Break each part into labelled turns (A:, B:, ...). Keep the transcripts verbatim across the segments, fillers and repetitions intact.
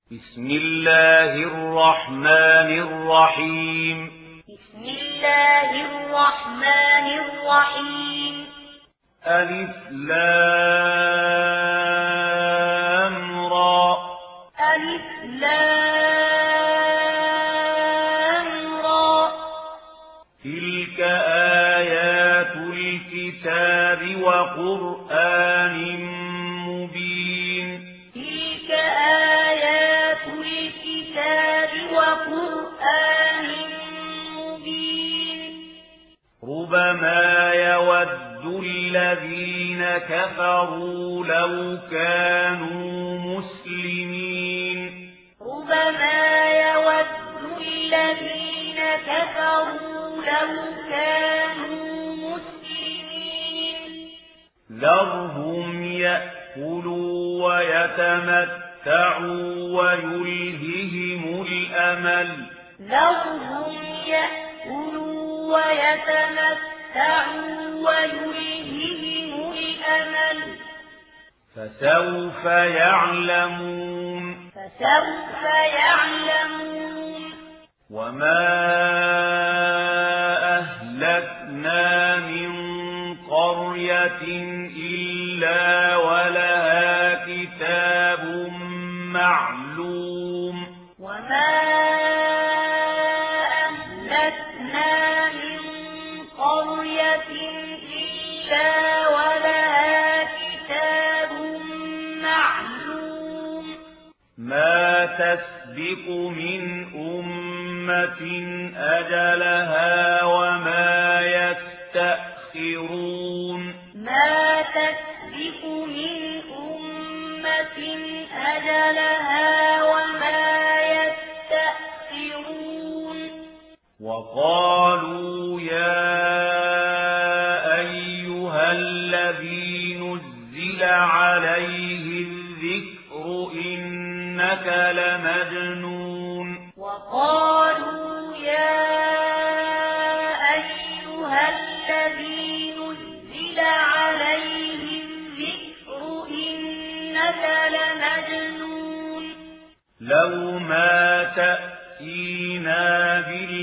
A: بسم الله الرحمن الرحيم
B: بسم الله الرحمن الرحيم
A: ألف لام را
B: ألف لام را
A: تلك آيات الكتاب وقرآن مبين
B: تلك آيات الكتاب وقرآن مبين
A: ربما يود الذين كفروا لو كانوا مسلمين
B: ربما يود الذين كفروا لو كانوا مسلمين
A: ذرهم يأكلوا ويتمتعوا ويلههم الأمل
B: ذرهم يأكلوا ويتمتعوا ويلههم الأمل
A: فسوف يعلمون
B: فسوف يعلمون
A: وما أهلكنا من قرية إلا ولها كتاب معلوم
B: وما أهلكنا من قرية إلا ولها كتاب معلوم
A: ما تسبق من أمة أجلها وما يستأخرون
B: ما تسبق من أمة أجلها وما يستأخرون
A: وقالوا يا أيها الذي نزل عليه الذكر إنك لمجنون
B: وقالوا يا أيها الذي نزل عليه الذكر إنك لمجنون
A: لو ما تأتينا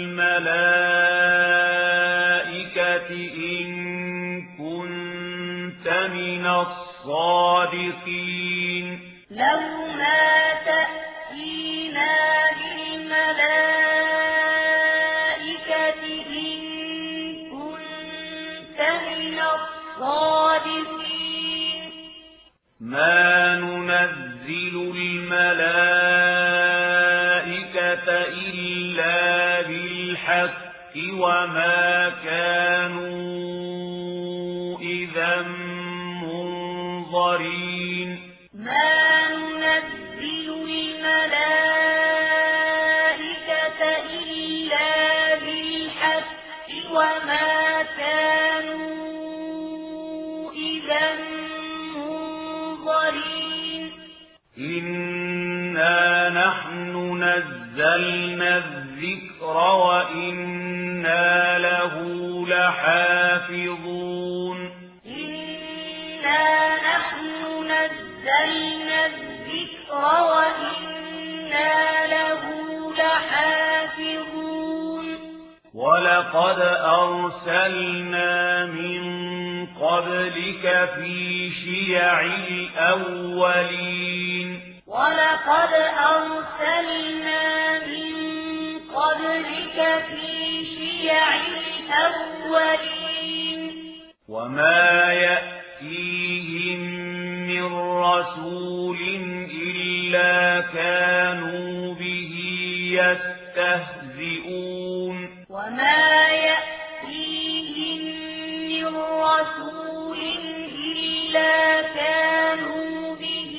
A: بالملائكة إن كنت من الصادقين
B: لو ما تأتينا بالملائكة إن كنت من الصادقين
A: ما ننزل الملائكة إلا بالحق وما كانوا إذا منظرين
B: ما ننزل الملائكة إلا بالحق وما كانوا إذا منظرين
A: إنا نحن نزلنا الذكر وإنا له لحافظون
B: إنا نحن نزلنا الذكر وإنا له لحافظون
A: ولقد أرسلنا من قبلك في شيع الأولين
B: ولقد أرسلنا من قبلك في شيع الأولين
A: وما يأتيهم من رسول إلا كانوا به يستهزئون
B: وما يأتيهم من رسول إلا كانوا به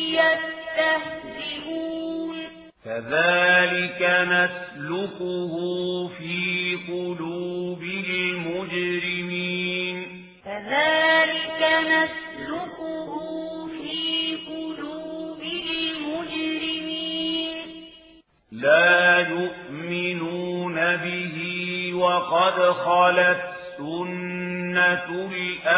B: يستهزئون
A: كذلك نسلكه في قلوب المجرمين
B: كذلك نسلكه في قلوب المجرمين
A: لا يؤمنون به وقد خلت سنة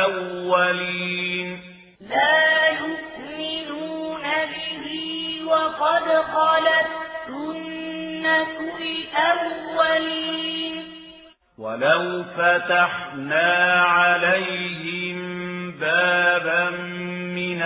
A: الأولين
B: لا يؤمنون به وقد وقد خلت سنة الأولين
A: ولو فتحنا عليهم بابا من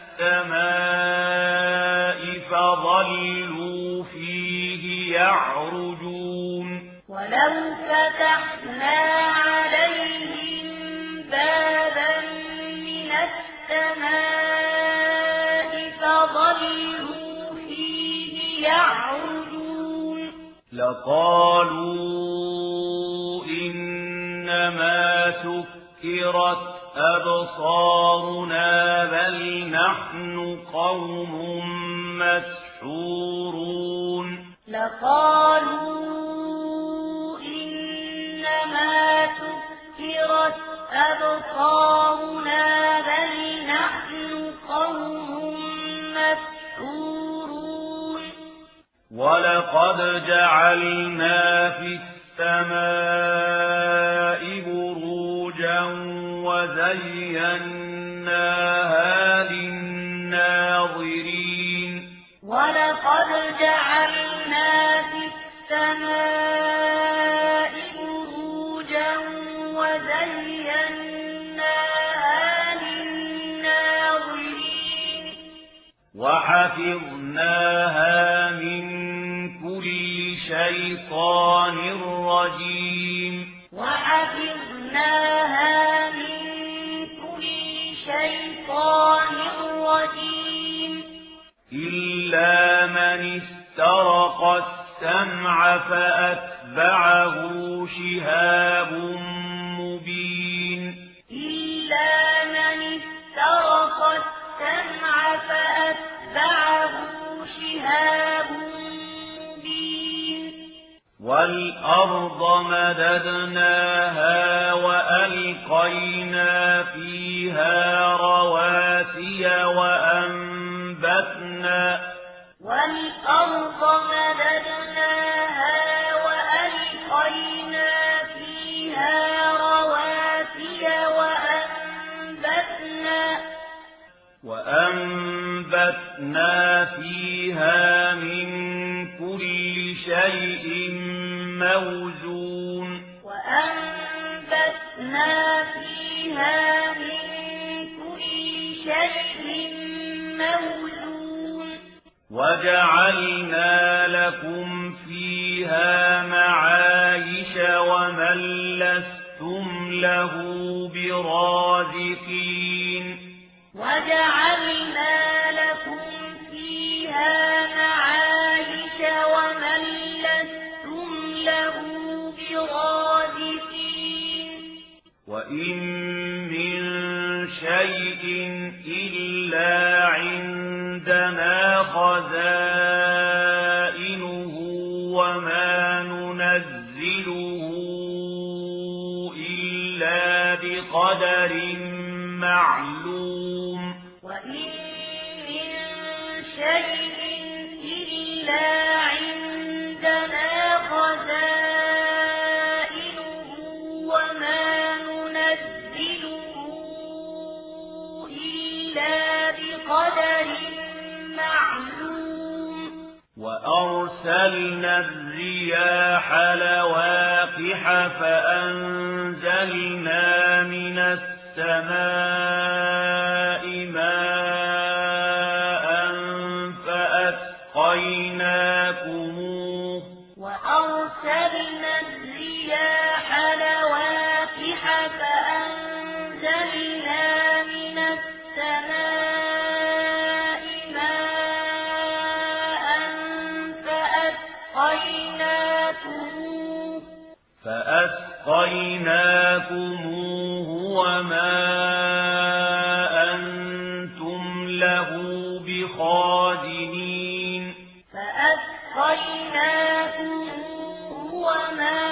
A: السماء فظلوا فيه يعرجون
B: ولو فتحنا عليهم بابا من السماء فظلوا فيه يعرجون
A: لقالوا إنما سكرت أبصارنا بل نحن قوم مسحورون
B: لقالوا إنما سكرت أبصارنا بل نحن قوم مسحورون
A: ولقد جعلنا في السماء بروجا وزيناها للناظرين
B: ولقد جعلنا في السماء بروجا وزيناها للناظرين
A: وحفظناها من كل شيطان رجيم
B: وحفظناها من كل شيطان رجيم
A: إلا من استرق السمع فأتبعه شهاب مبين
B: إلا من استرق السمع فأتبعه شهاب مبين
A: والأرض مددناها وألقينا فيها رواسي وأنبتنا
B: والأرض مددناها وألقينا فيها رواسي وأنبتنا
A: وأنبتنا فيها من كل شيء موزون
B: وأنبتنا فيها من كل شيء موزون
A: وجعلنا لكم فيها معايش ومن لستم له برازقين
B: وجعلنا لكم فيها معايش ومن لستم له برازقين
A: وإن من شيء إلا عندنا خزائنه وما ننزله إلا بقدر معلوم
B: وإن من شيء إلا عندنا خزائنه وما ننزله إلا بقدر معلوم
A: وأرسلنا الرياح لواقح فأنزلنا من السماء ماء فأسقيناكموه
B: وأرسلنا الرياح لواقح فأنزلنا من السماء ماء فأسقيناكموه
A: فأسقيناكموه وما أنتم له بخازنين
B: فأسقيناكموه وما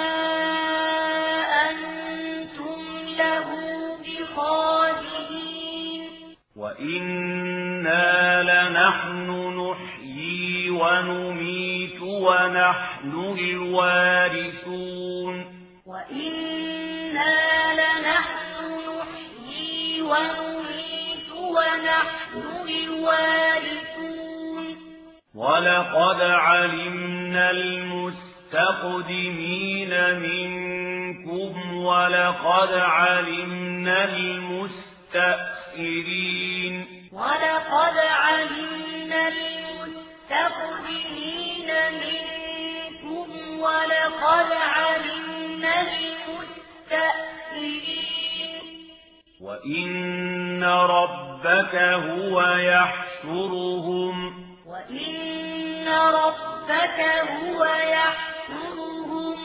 B: أنتم له بخازنين
A: وإنا لنحن نحيي ونميت ونحن الوارثون
B: وإنا لنحن نحيي ونميت ونحن الوارثون
A: ولقد علمنا المستقدمين منكم ولقد علمنا المستأخرين
B: ولقد علمنا المستقدمين منكم ولقد علمنا المستأخرين
A: وإن ربك هو يحشرهم
B: وإن ربك هو يحشرهم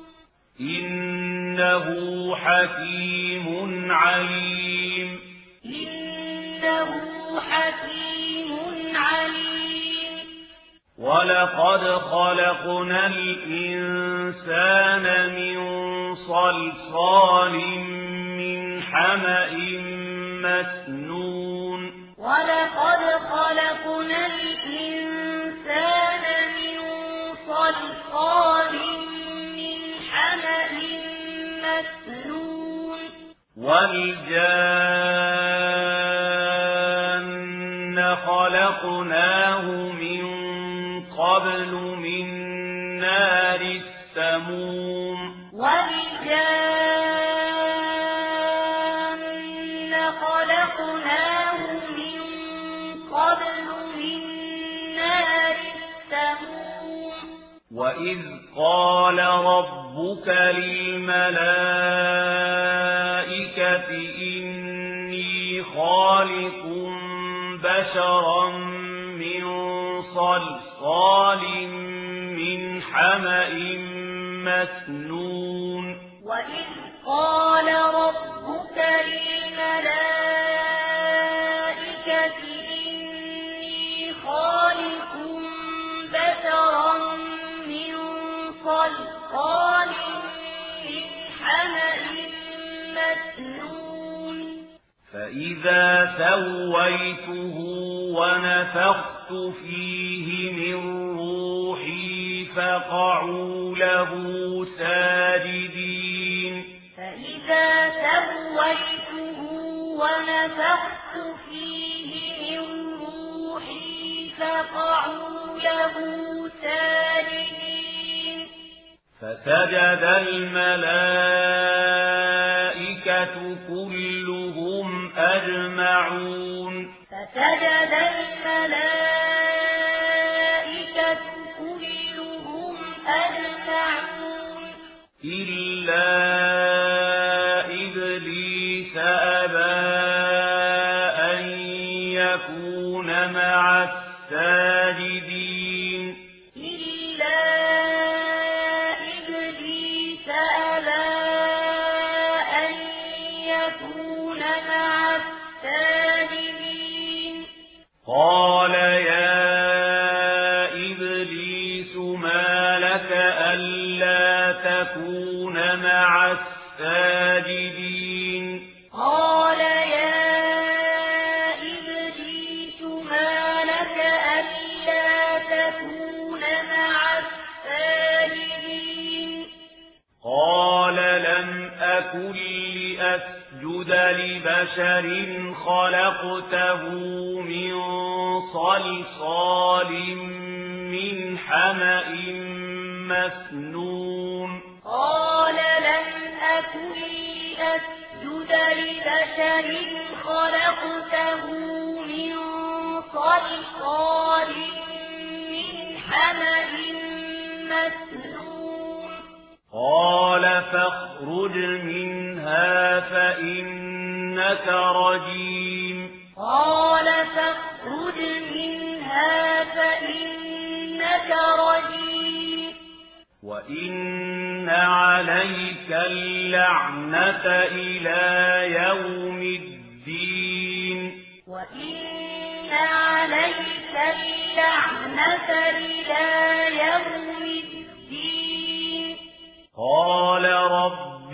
A: إنه حكيم عليم
B: إنه حكيم عليم
A: ولقد خلقنا الإنسان من صلصال من حمأ مسنون
B: ولقد خلقنا الإنسان من صلصال من حمأ مسنون
A: والجان خلقناه من قبل من نار السموم
B: والجان خلقناه من قبل من نار السموم
A: وإذ قال ربك للملائكة إني خالق بشرا من صلصال من حمأ مسنون
B: وإذ قال ربك للملائكة إني خالق بشرا من صلصال من حمأ مسنون
A: فإذا سويته ونفخت فيه من روحي فقعوا له ساجدين
B: فإذا سويته ونفخت فيه من روحي فقعوا له ساجدين
A: فسجد الملائكة كلهم أجمعون
B: فسجد الملائكة كلهم أجمعون
A: إلا إبليس أبى أن يكون مع الساجدين
B: إلا إبليس أبى أن يكون مع الساجدين
A: قال يا إبليس ما لك ألا تكون مع الساجدين
B: قال يا إبليس ما لك ألا تكون مع الساجدين
A: قال لم أكن لأسجد لبشر خلقته من صلصال من حمأ مسنون
B: قال لم أكن لأسجد لبشر خلقته من صلصال من حمأ مسنون
A: قال فاخرج منها فإنك رجيم
B: قال فاخرج منها فإنك رجيم
A: وإن عليك اللعنة إلى يوم الدين
B: وإن عليك اللعنة إلى يوم الدين
A: قال رب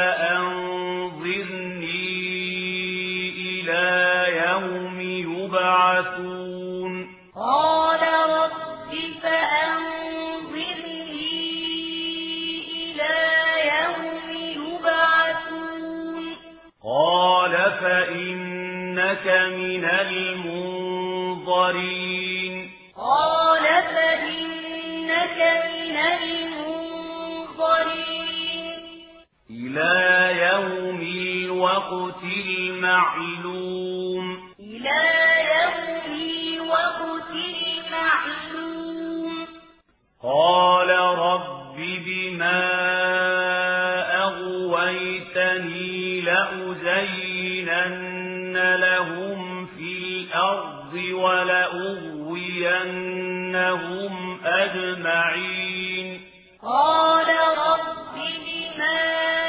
A: فأنظرني إلى يوم يبعثون
B: قال رب فأنظرني إلى يوم يبعثون
A: قال الوقت المعلوم
B: إلى يوم الوقت المعلوم
A: قال رب بما أغويتني لأزينن لهم في الأرض ولأغوينهم أجمعين
B: قال رب بما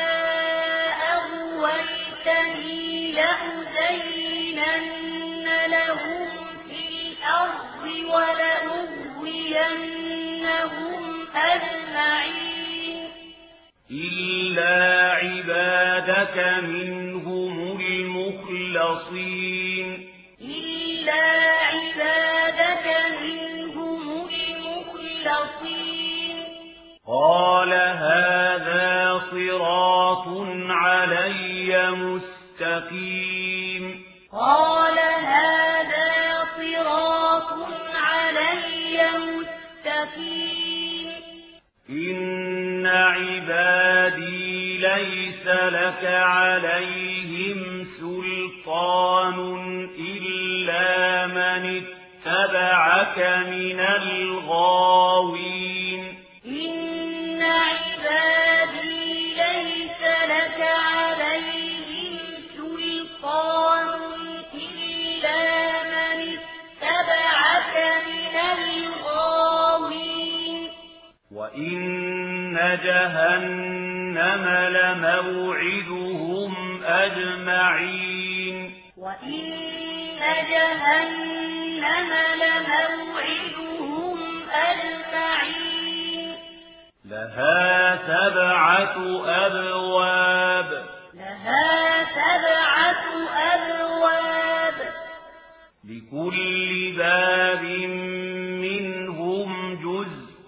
B: أغويتني لأزينن لهم في الأرض ولأغوينهم أجمعين
A: إلا عبادك منهم المخلصين
B: إلا عبادك منهم المخلصين
A: قال هذا صراط علي مستقيم
B: قال هذا صراط علي مستقيم
A: إن عبادي ليس لك عليهم سلطان إلا من اتبعك من الغاوين
B: إن عبادي ليس لك عليهم سلطان إلا من اتبعك من الغاوين
A: وإن جهنم لموعدهم أجمعين
B: وإن جهنم لموعدهم أجمعين
A: لها سبعة أبواب
B: لها سبعة أبواب
A: لكل باب منهم جزء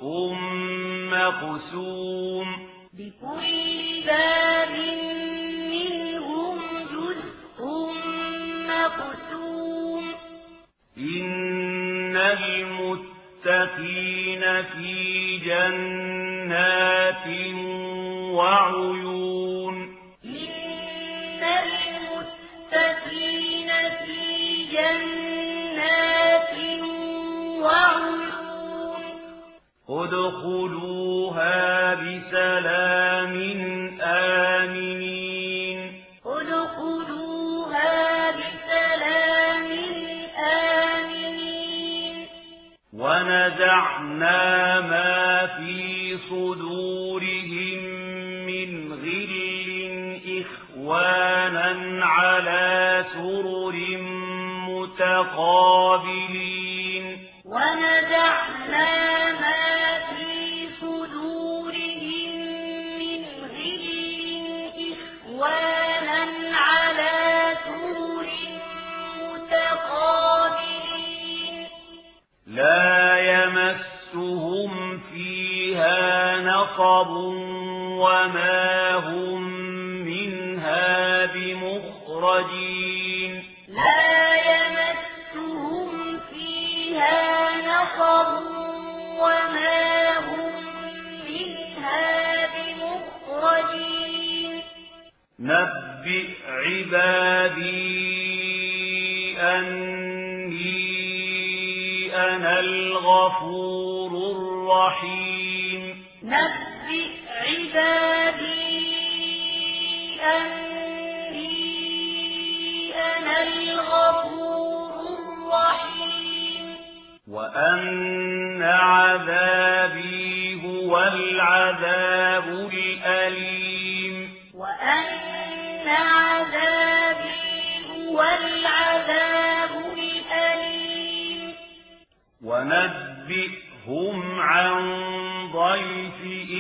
A: مقسوم
B: لكل باب منهم جزء مقسوم
A: إن المتقين في جنات وعيون
B: إن المتقين في جنات وعيون
A: ادخلوها بسلام آمنين
B: ادخلوها بسلام آمنين
A: ونزعنا ما في صدورهم من غل إخوانا على سرر متقابلين
B: ونزعنا ما في صدورهم من غل إخوانا على سرر متقابلين
A: لا يمسهم فيها نصب وما هم منها بمخرجين
B: لا يمسهم فيها نصب وما هم منها بمخرجين
A: نبئ عبادي أني أنا الغفور الرحيم
B: نبئ عبادي أني أنا الغفور الرحيم
A: وأن عذابي هو العذاب الأليم
B: وأن عذابي هو العذاب الأليم
A: ونبئهم عن ضيف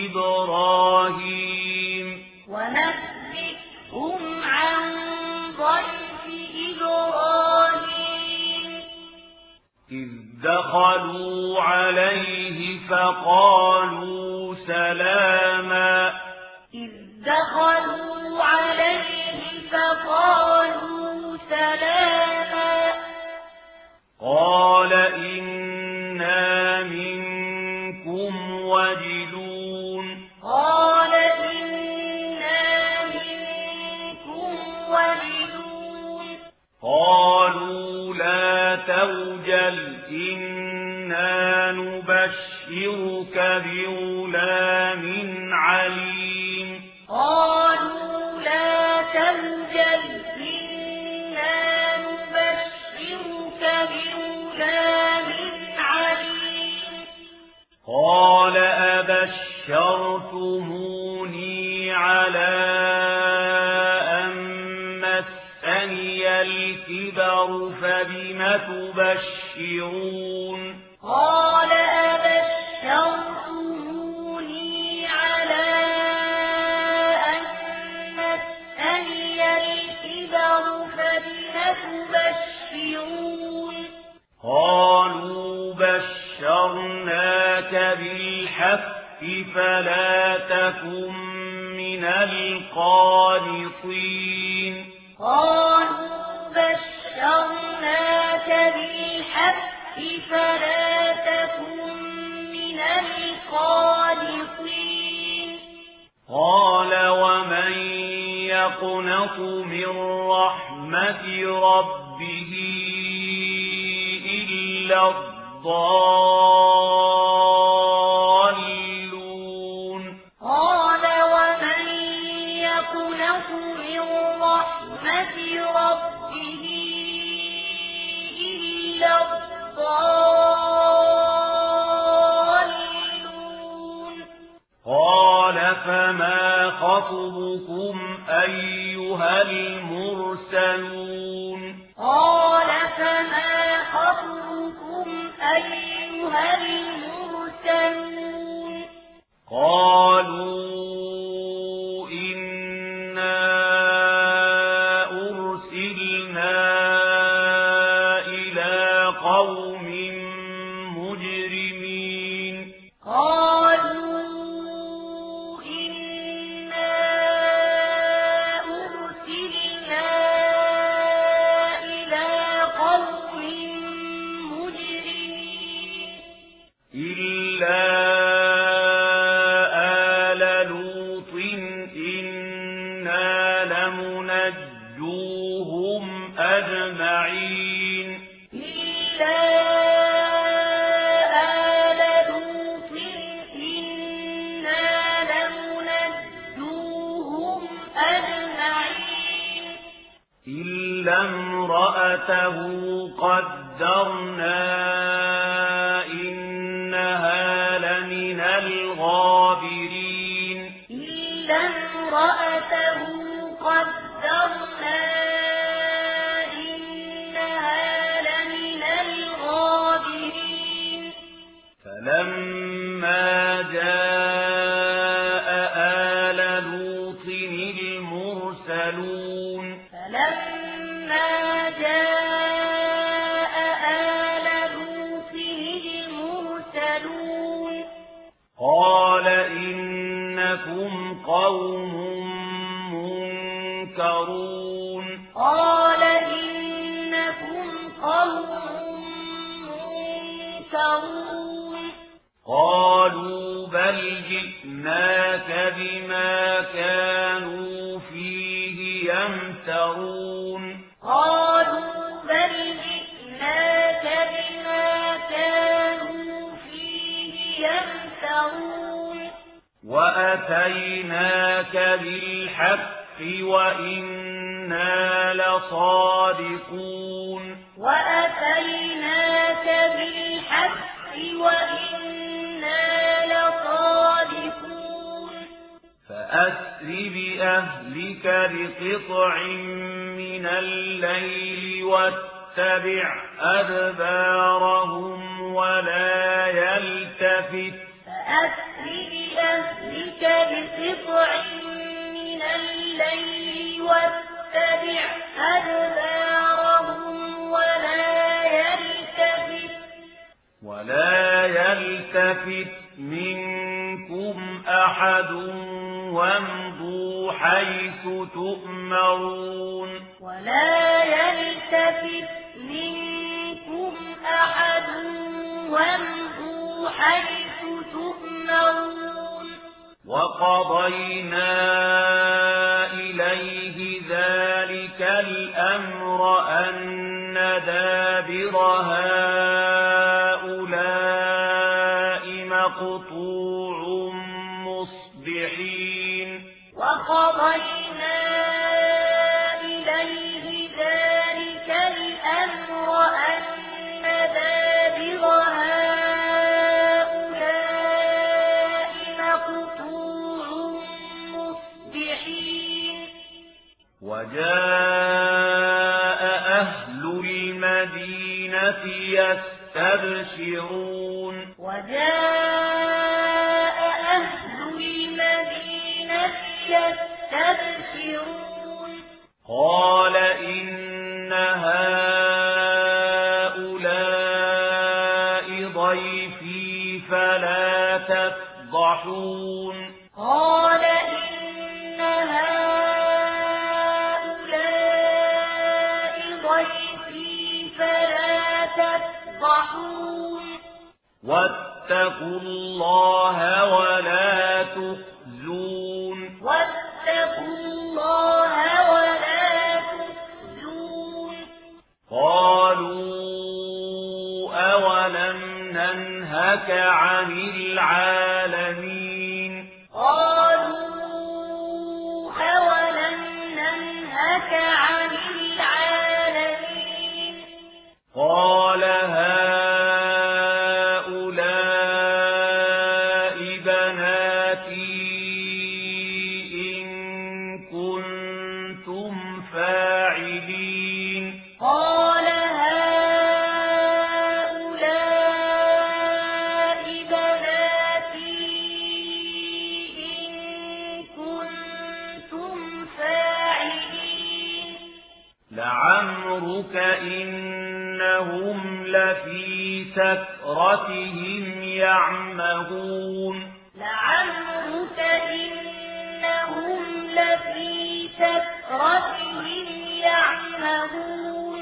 A: إبراهيم
B: ونبئهم عن ضيف إبراهيم
A: إذ دخلوا عليه فقالوا سلاما
B: إذ دخلوا عليه فقالوا سلاما
A: قال إنا منكم وجلون
B: قال إنا منكم وجلون
A: نبشرك بغلام عليم
B: قالوا لا توجل إنا نبشرك بغلام عليم
A: قال أبشرتموني على أن مسني الكبر فبم تبشرون
B: قال أبشرتموني على أن مسني الكبر فبم تبشرون
A: قالوا بشرناك بالحق فلا تكن من القانطين
B: قالوا بشرناك بالحق فلا تكن من القانطين
A: قال ومن يقنط من رحمة ربه إلا الضالون
B: قال ومن يقنط من رحمة ربه إلا الضالون
A: قال فما خطبكم أيها المرسلون
B: قال فما خطبكم أيها المرسلون
A: قالوا إنا أرسلنا إلى قوم مجرمين
B: قالوا إنا أرسلنا إلى قوم مجرمين
A: إلا آل لوط إنا لمنجوهم أجمعين
B: إلا آل لوط إنا لمنجوهم أجمعين
A: إلا امرأته قدرنا إنها لمن الغابرين
B: إلا امرأته قدرنا إنها لمن الغابرين
A: فلما جاء آل لوط المرسلون
B: فلما جاء آل لوط المرسلون
A: قال إنكم قوم منكرون
B: قال إنكم قوم منكرون
A: قالوا بل جئناك بما كانوا فيه يمترون
B: قالوا بل جئناك بما كانوا فيه يمترون
A: وأتيناك بالحق وإنا لصادقون
B: وأتيناك بالحق وإنا لصادقون
A: فأسر بأهلك بقطع من الليل واتبع أدبارهم ولا يلتفت
B: فأسر بأهلك بقطع من الليل واتبع أدبارهم ولا يلتفت
A: ولا يلتفت منكم أحد وامضوا حيث تؤمرون
B: ولا يلتفت منكم أحد وامضوا حيث تؤمرون
A: وقضينا إليه ذلك الأمر أن دابر هؤلاء مقطوع مصبحين
B: وقضينا إليه ذلك الأمر أن دابر هؤلاء مقطوع مصبحين
A: وجاء أهل المدينة يستبشرون
B: وجاء أهل المدينة يستبشرون
A: قال إن هؤلاء ضيفي فلا تفضحون
B: قال إن هؤلاء ضيفي فلا تفضحون
A: واتقوا الله ولا تخزون
B: واتقوا الله ولا تخزون
A: قالوا أولم ننهك عن العالمين
B: قالوا أولم ننهك عن العالمين
A: قال هؤلاء بناتي إن كنتم فاعلين
B: قال هؤلاء بناتي إن كنتم فاعلين
A: لعمرك إنهم لفي سكرتهم يعمهون
B: لعمرك إنهم لفي سكرتهم يعمهون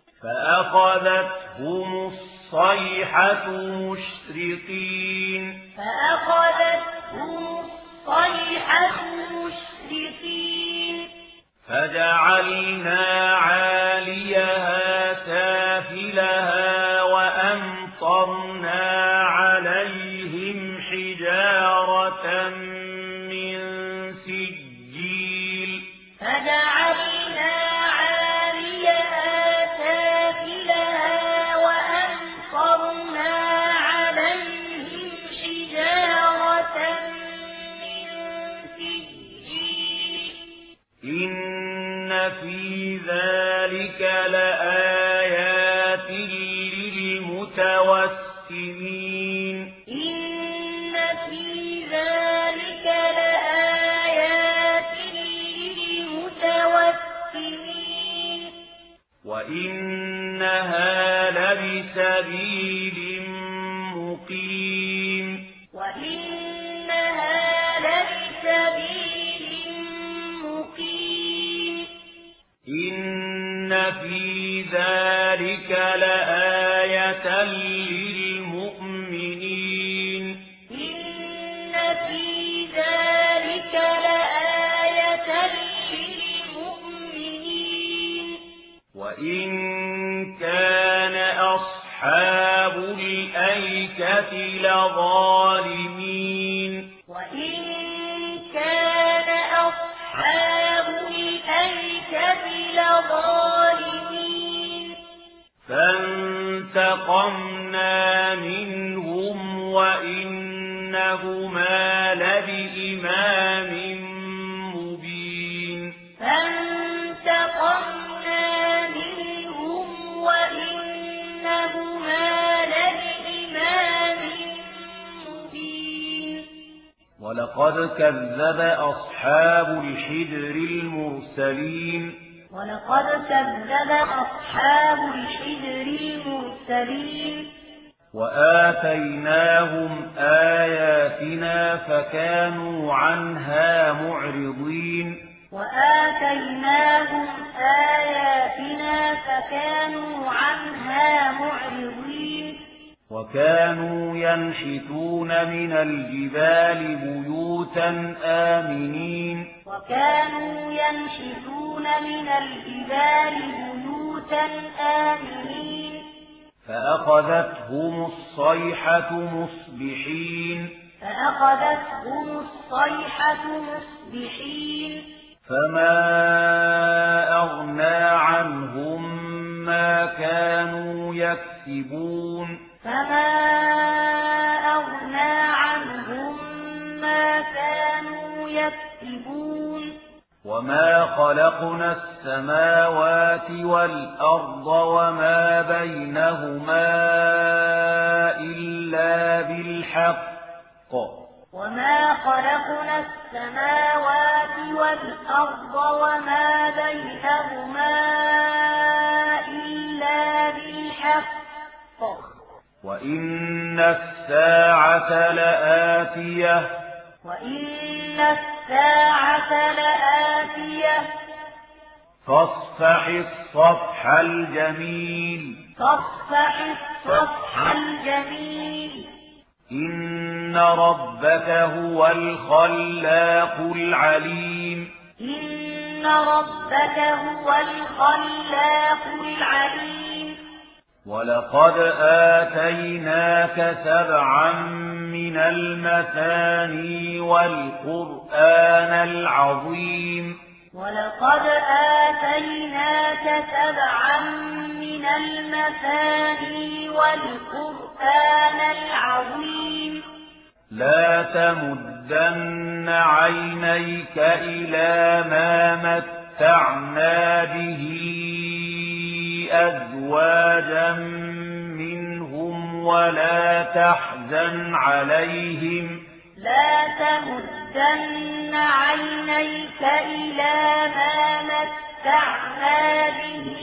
A: فأخذتهم الصيحة مشرقين
B: فأخذتهم الصيحة مشرقين
A: فجعلنا عاليها سافلها وأمطرنا عليهم حجارة من سجيل
B: فجعلنا عاليها سافلها وأمطرنا عليهم حجارة من سجيل
A: إن في ذلك لآيات للمتوسمين
B: إن في ذلك لآيات للمتوسمين
A: وإنها لبسبيل مقيم
B: وإنها لبسبيل مقيم
A: إن في ذلك لآية للمؤمنين
B: إن في ذلك لآية للمؤمنين
A: وإن كان أصحاب الأيكة لظالمين
B: وإن كان أصحاب الأيكة لظالمين
A: فانتقمنا منهم وإنهما لبإمام مبين
B: فانتقمنا منهم وإنهما لبإمام مبين
A: ولقد كذب أصحاب الحجر المرسلين
B: ولقد كذب أصحاب الحجر المرسلين
A: وآتيناهم آياتنا فكانوا عنها معرضين
B: وآتيناهم آياتنا فكانوا عنها معرضين
A: وكانوا ينحتون من الجبال بيوتا آمنين
B: وكانوا ينحتون من الجبال بيوتا آمنين
A: فأخذتهم الصيحة مصبحين
B: فأخذتهم الصيحة مصبحين
A: فما أغنى عنهم ما كانوا يكسبون
B: فما أغنى عنهم ما كانوا يكسبون
A: وما خلقنا السماوات والأرض وما بينهما إلا بالحق
B: وما خلقنا السماوات والأرض وما بينهما إلا بالحق
A: وإن الساعة لآتية
B: وإن الساعة لآتية
A: فاصفح الصفح الجميل
B: فاصفح الصفح الجميل
A: إن ربك هو الخلاق العليم
B: إن ربك هو الخلاق العليم
A: ولقد آتيناك سبعا من المثاني والقرآن العظيم
B: ولقد آتيناك سبعا من المثاني والقرآن العظيم
A: لا تمدن عينيك إلى ما متعنا به أزواجا منهم ولا تحزن عليهم
B: لا تمدن عينيك إلى ما متعنا به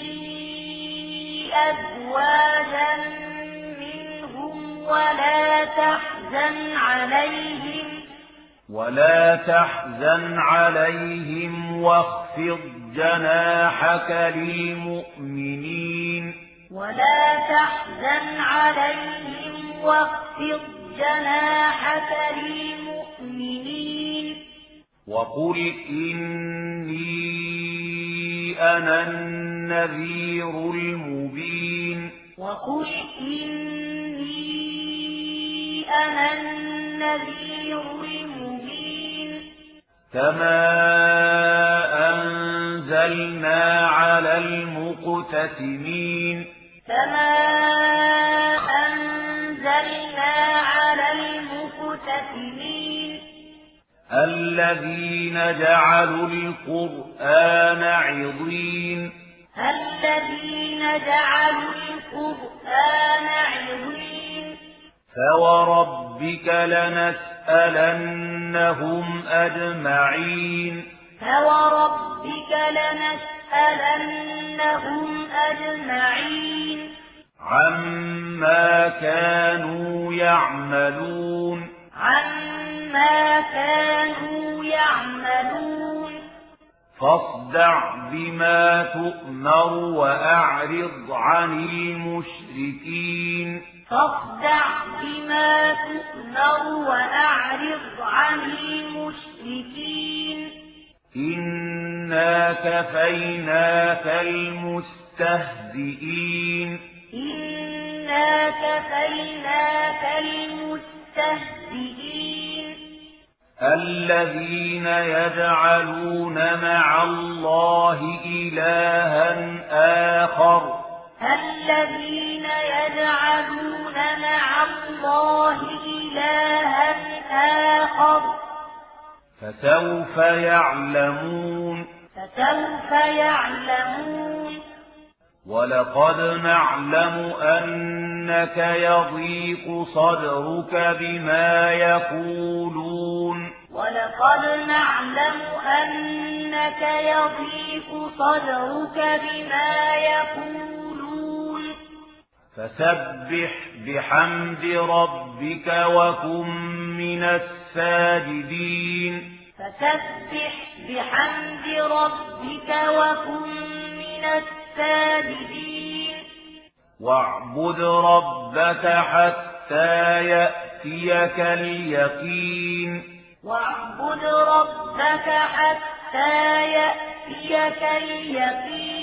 B: أزواجا منهم ولا تحزن عليهم
A: ولا تحزن عليهم واخفض جناحك للمؤمنين
B: ولا تحزن عليهم واخفض جناحك للمؤمنين
A: وقل إني أنا النذير المبين
B: وقل إني أنا النذير المبين
A: كما أنزلنا على المقتسمين
B: كما أنزلنا على المقتسمين
A: الذين جعلوا القرآن عضين
B: الذين جعلوا القرآن عضين
A: فوربك لنسألنهم أجمعين
B: فوربك لنسألنهم أجمعين
A: عما كانوا يعملون
B: عما كانوا يعملون
A: فاصدع بما تؤمر وأعرض عن المشركين
B: فاصدع بما تؤمر وأعرض عن المشركين
A: إنا كفيناك المستهزئين
B: إنا كفيناك المستهزئين
A: الذين يجعلون مع الله إلها آخر
B: الذين يجعلون مع الله إلها آخر
A: فسوف يعلمون
B: فسوف يعلمون
A: ولقد نعلم أنك يضيق صدرك بما يقولون
B: ولقد نعلم أنك يضيق صدرك بما يقولون
A: فسبح بحمد ربك وكن من الساجدين
B: فسبح بحمد ربك وكن من الساجدين
A: واعبد ربك حتى يأتيك اليقين
B: واعبد ربك حتى يأتيك اليقين